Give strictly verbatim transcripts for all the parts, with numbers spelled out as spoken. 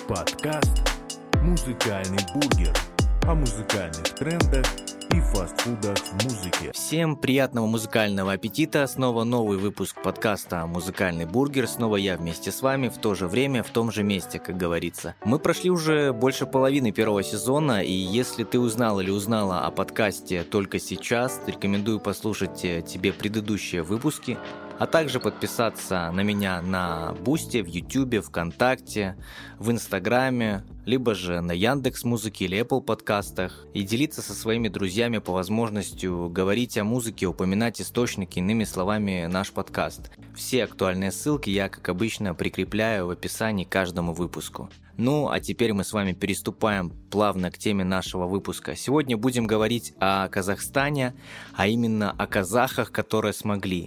Подкаст «Музыкальный бургер» о музыкальных трендах и фастфудах в музыке. Всем приятного музыкального аппетита. Снова новый выпуск подкаста «Музыкальный бургер». Снова я вместе с вами в то же время, в том же месте, как говорится. Мы прошли уже больше половины первого сезона, и если ты узнал или узнала о подкасте только сейчас, рекомендую послушать тебе предыдущие выпуски, а также подписаться на меня на Бусти, в Ютубе, ВКонтакте, в Инстаграме, либо же на Яндекс.Музыке или Apple подкастах и делиться со своими друзьями по возможности говорить о музыке, упоминать источники, иными словами, наш подкаст. Все актуальные ссылки я, как обычно, прикрепляю в описании к каждому выпуску. Ну, а теперь мы с вами переступаем плавно к теме нашего выпуска. Сегодня будем говорить о Казахстане, а именно о казахах, которые смогли.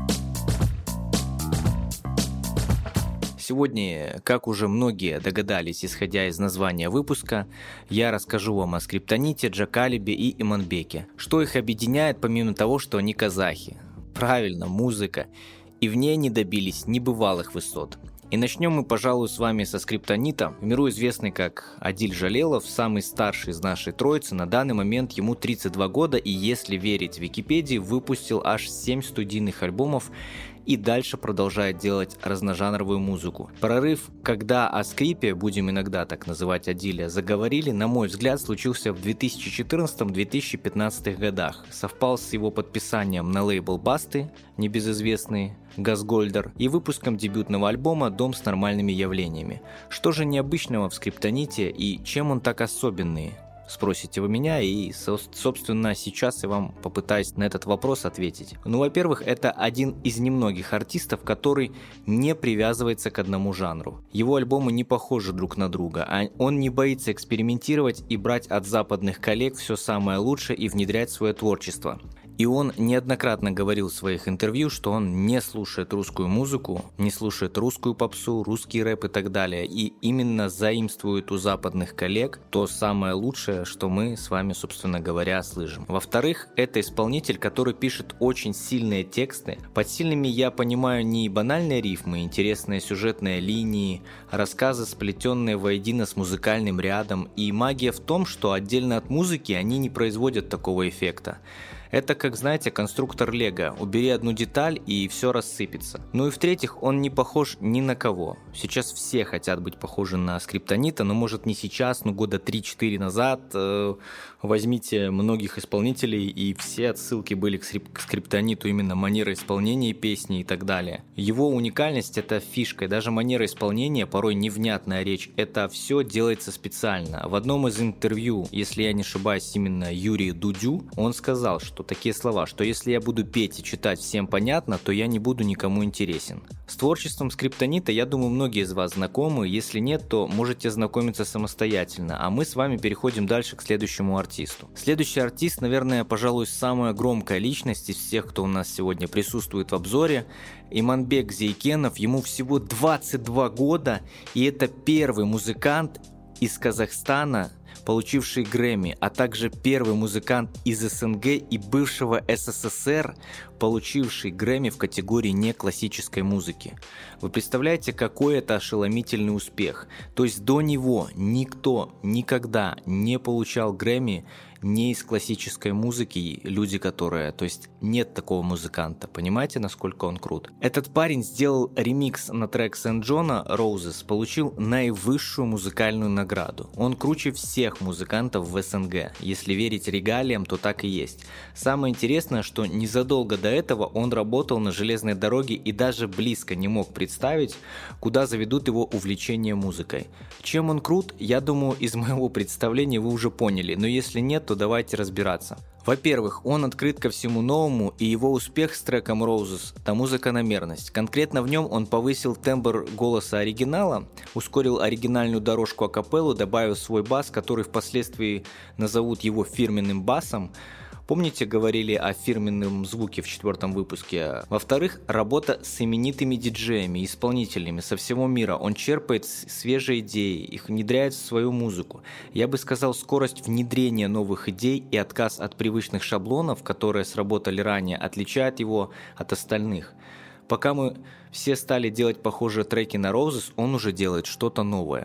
Сегодня, как уже многие догадались, исходя из названия выпуска, я расскажу вам о Скриптоните, Джакалибе и Иманбеке. Что их объединяет, помимо того, что они казахи? Правильно, музыка. И в ней они добились небывалых высот. И начнем мы, пожалуй, с вами со Скриптонита, в миру известный как Адиль Жалелов, самый старший из нашей троицы. На данный момент ему тридцать два года, и если верить Википедии, выпустил аж семь студийных альбомов и дальше продолжает делать разножанровую музыку. Прорыв, когда о скрипе, будем иногда так называть Адиля, заговорили, на мой взгляд, случился в две тысячи четырнадцатом - две тысячи пятнадцатом годах. Совпал с его подписанием на лейбл Басты, небезызвестный Газгольдер, и выпуском дебютного альбома «Дом с нормальными явлениями». Что же необычного в Скриптоните и чем он так особенный? Спросите вы меня, и, собственно, сейчас я вам попытаюсь на этот вопрос ответить. Ну, во-первых, это один из немногих артистов, который не привязывается к одному жанру. Его альбомы не похожи друг на друга, а он не боится экспериментировать и брать от западных коллег все самое лучшее и внедрять свое творчество. И он неоднократно говорил в своих интервью, что он не слушает русскую музыку, не слушает русскую попсу, русский рэп и так далее, и именно заимствует у западных коллег то самое лучшее, что мы с вами, собственно говоря, слышим. Во-вторых, это исполнитель, который пишет очень сильные тексты. Под сильными я понимаю не банальные рифмы, интересные сюжетные линии, рассказы, сплетенные воедино с музыкальным рядом, и магия в том, что отдельно от музыки они не производят такого эффекта. Это, как знаете, конструктор Лего. Убери одну деталь, и все рассыпется. Ну и в-третьих, он не похож ни на кого. Сейчас все хотят быть похожи на Скриптонита, но может не сейчас, но года три-четыре назад. Э, возьмите многих исполнителей, и все отсылки были к, скрип- к Скриптониту, именно манера исполнения песни и так далее. Его уникальность – это фишка, и даже манера исполнения, порой невнятная речь, это все делается специально. В одном из интервью, если я не ошибаюсь, именно Юрию Дудю, он сказал, что такие слова, что если я буду петь и читать всем понятно, то я не буду никому интересен. С творчеством Скриптонита, я думаю, многие из вас знакомы, если нет, то можете знакомиться самостоятельно, а мы с вами переходим дальше к следующему артисту. Следующий артист, наверное, пожалуй, самая громкая личность из всех, кто у нас сегодня присутствует в обзоре, Иманбек Зейкенов, ему всего двадцать два года, и это первый музыкант из Казахстана, получивший Грэмми, а также первый музыкант из СНГ и бывшего СССР, получивший Грэмми в категории неклассической музыки. Вы представляете, какой это ошеломительный успех? То есть до него никто никогда не получал Грэмми не из классической музыки, люди которые, то есть нет такого музыканта, понимаете, насколько он крут? Этот парень сделал ремикс на трек Сент-Джона «Roses», получил наивысшую музыкальную награду. Он круче всех музыкантов в СНГ, если верить регалиям, то так и есть. Самое интересное, что незадолго до этого он работал на железной дороге и даже близко не мог представить, куда заведут его увлечение музыкой. Чем он крут, я думаю, из моего представления вы уже поняли, но если нет, то давайте разбираться. Во-первых, он открыт ко всему новому, и его успех с треком Roses – тому закономерность. Конкретно в нем он повысил тембр голоса оригинала, ускорил оригинальную дорожку акапеллу, добавив свой бас, который впоследствии назовут его фирменным басом. Помните, говорили о фирменном звуке в четвертом выпуске? Во-вторых, работа с именитыми диджеями, исполнителями со всего мира. Он черпает свежие идеи, их внедряет в свою музыку. Я бы сказал, скорость внедрения новых идей и отказ от привычных шаблонов, которые сработали ранее, отличает его от остальных. Пока мы все стали делать похожие треки на Roses, он уже делает что-то новое.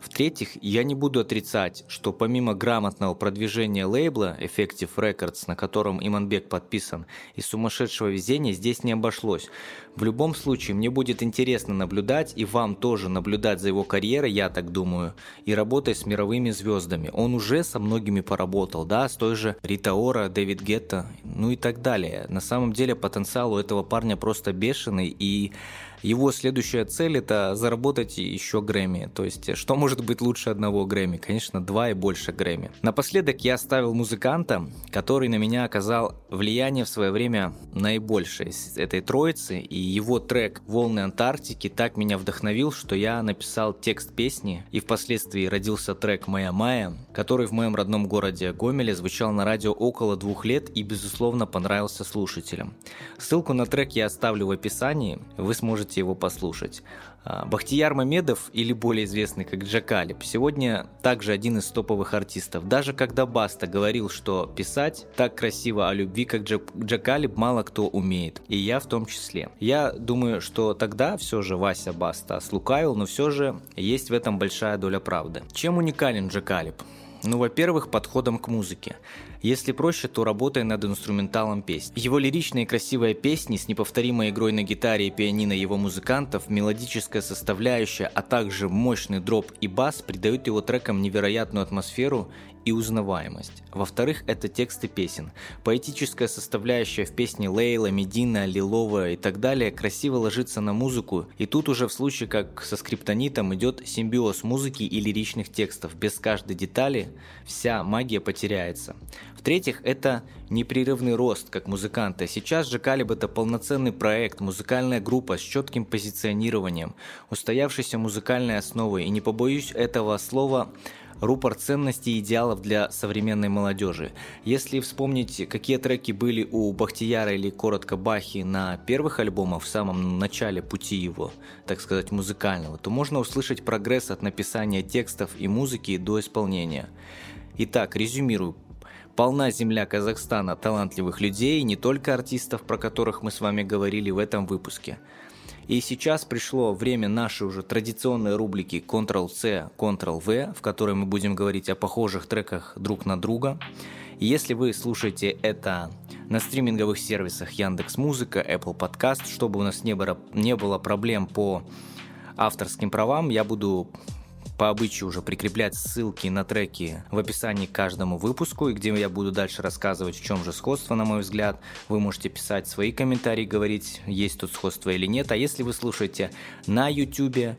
В-третьих, я не буду отрицать, что помимо грамотного продвижения лейбла Effective Records, на котором Иманбек подписан, и сумасшедшего везения здесь не обошлось. В любом случае, мне будет интересно наблюдать, и вам тоже наблюдать за его карьерой, я так думаю, и работать с мировыми звездами. Он уже со многими поработал, да, с той же Рита Ора, Дэвид Гетта, ну и так далее. На самом деле потенциал у этого парня просто бешеный, и его следующая цель – это заработать еще Грэмми. То есть, что может быть лучше одного Грэмми? Конечно, два и больше Грэмми. Напоследок я оставил музыканта, который на меня оказал влияние в свое время наибольшее из этой троицы, и его трек «Волны Антарктики» так меня вдохновил, что я написал текст песни, и впоследствии родился трек «Моя Майя», который в моем родном городе Гомеле звучал на радио около двух лет и, безусловно, понравился слушателям. Ссылку на трек я оставлю в описании, вы сможете его послушать. Бахтияр Мамедов, или более известный как Джакалиб, сегодня также один из топовых артистов. Даже когда Баста говорил, что писать так красиво о любви, как Джакалиб, мало кто умеет, и я в том числе. Я думаю, что тогда все же Вася Баста слукавил, но все же есть в этом большая доля правды. Чем уникален Джакалиб? Ну, во-первых, подходом к музыке. Если проще, то работая над инструменталом песни. Его лиричные и красивые песни с неповторимой игрой на гитаре и пианино его музыкантов, мелодическая составляющая, а также мощный дроп и бас придают его трекам невероятную атмосферу и узнаваемость. Во-вторых, это тексты песен. Поэтическая составляющая в песне Лейла, Медина, Лилова и так далее красиво ложится на музыку, и тут уже в случае как со Скриптонитом идет симбиоз музыки и лиричных текстов. Без каждой детали вся магия потеряется. В-третьих, это непрерывный рост как музыканта. Сейчас Джакалиб — это полноценный проект, музыкальная группа с четким позиционированием, устоявшейся музыкальной основой, и не побоюсь этого слова, рупор ценностей и идеалов для современной молодежи. Если вспомнить, какие треки были у Бахтияра или коротко Бахи на первых альбомах, в самом начале пути его, так сказать, музыкального, то можно услышать прогресс от написания текстов и музыки до исполнения. Итак, резюмирую. Полна земля Казахстана талантливых людей, не только артистов, про которых мы с вами говорили в этом выпуске. И сейчас пришло время нашей уже традиционной рубрики контрол-C, контрол-V, в которой мы будем говорить о похожих треках друг на друга. И если вы слушаете это на стриминговых сервисах Яндекс.Музыка, Apple Podcast, чтобы у нас не было, не было проблем по авторским правам, я буду по обычаю уже прикреплять ссылки на треки в описании к каждому выпуску, и где я буду дальше рассказывать, в чем же сходство, на мой взгляд. Вы можете писать свои комментарии, говорить, есть тут сходство или нет. А если вы слушаете на YouTube,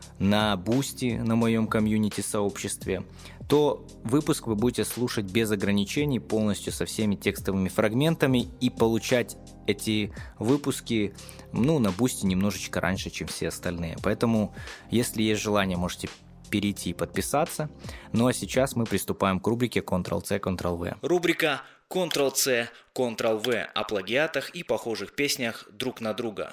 на Boosty, на моем комьюнити-сообществе, то выпуск вы будете слушать без ограничений, полностью со всеми текстовыми фрагментами, и получать эти выпуски, ну, на Boosty немножечко раньше, чем все остальные. Поэтому, если есть желание, можете перейти и подписаться. Ну а сейчас мы приступаем к рубрике контрол-C, контрол-V. Рубрика контрол-C, контрол-V о плагиатах и похожих песнях друг на друга.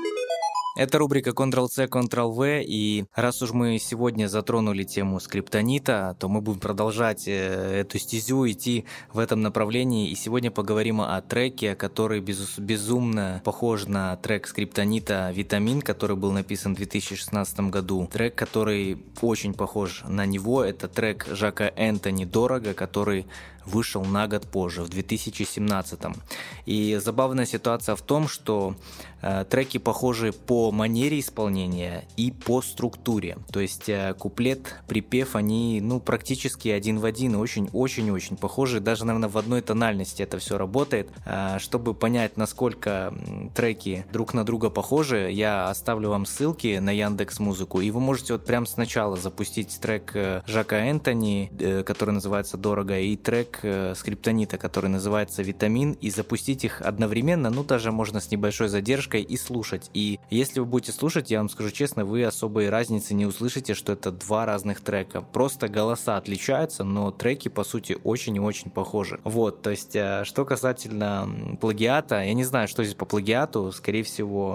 Это рубрика контрол-C, контрол-V, и раз уж мы сегодня затронули тему Скриптонита, то мы будем продолжать эту стезю, идти в этом направлении, и сегодня поговорим о треке, который без, безумно похож на трек Скриптонита «Витамин», который был написан в две тысячи шестнадцатом году. Трек, который очень похож на него, это трек Жака Энтони «Дорого», который вышел на год позже, в две тысячи семнадцатом. И забавная ситуация в том, что э, треки похожи по манере исполнения и по структуре. То есть э, куплет, припев, они ну, практически один в один, очень-очень-очень похожи. Даже, наверное, в одной тональности это все работает. Э, чтобы понять, насколько треки друг на друга похожи, я оставлю вам ссылки на Яндекс.Музыку, и вы можете вот прямо сначала запустить трек Жака Энтони, э, который называется «Дорого», и трек Скриптонита, который называется «Витамин», и запустить их одновременно, ну даже можно с небольшой задержкой, и слушать. И если вы будете слушать, я вам скажу честно, вы особой разницы не услышите, что это два разных трека. Просто голоса отличаются, но треки по сути очень и очень похожи. Вот, то есть, что касательно плагиата, я не знаю, что здесь по плагиату, скорее всего,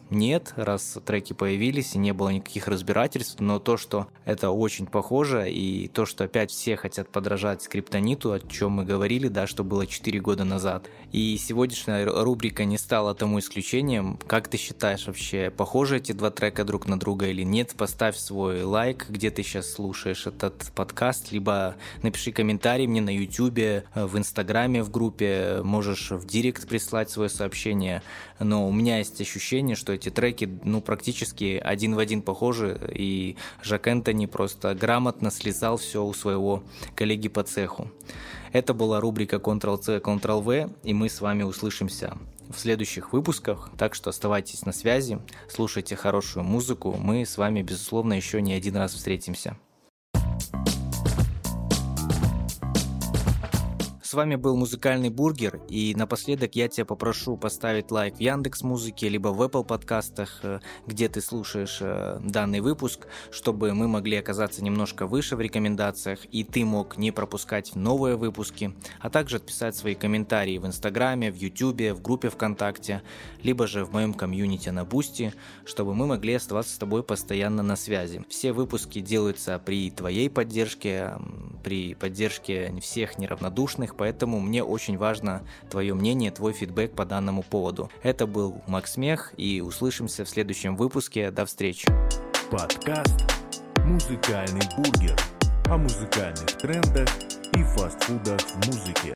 нет, раз треки появились и не было никаких разбирательств, но то, что это очень похоже, и то, что опять все хотят подражать Скриптониту, о чем мы говорили, да, что было четыре года назад. И сегодняшняя рубрика не стала тому исключением. Как ты считаешь вообще, похожи эти два трека друг на друга или нет? Поставь свой лайк, где ты сейчас слушаешь этот подкаст, либо напиши комментарий мне на ютубе, в инстаграме в группе, можешь в директ прислать свое сообщение. Но у меня есть ощущение, что эти треки ну, практически один в один похожи, и Жак Энтони просто грамотно слезал все у своего коллеги по цеху. Это была рубрика контрол-C, контрол-V, и мы с вами услышимся в следующих выпусках, так что оставайтесь на связи, слушайте хорошую музыку, мы с вами, безусловно, еще не один раз встретимся. С вами был Музыкальный бургер, и напоследок я тебя попрошу поставить лайк в Яндекс.Музыке, либо в Apple подкастах, где ты слушаешь данный выпуск, чтобы мы могли оказаться немножко выше в рекомендациях, и ты мог не пропускать новые выпуски, а также отписать свои комментарии в Инстаграме, в Ютубе, в группе ВКонтакте, либо же в моем комьюнити на Бусти, чтобы мы могли оставаться с тобой постоянно на связи. Все выпуски делаются при твоей поддержке, при поддержке всех неравнодушных, поэтому мне очень важно твое мнение, твой фидбэк по данному поводу. Это был Макс Мех, и услышимся в следующем выпуске. До встречи. Подкаст «Музыкальный бургер» о музыкальных трендах и фастфудах в музыке.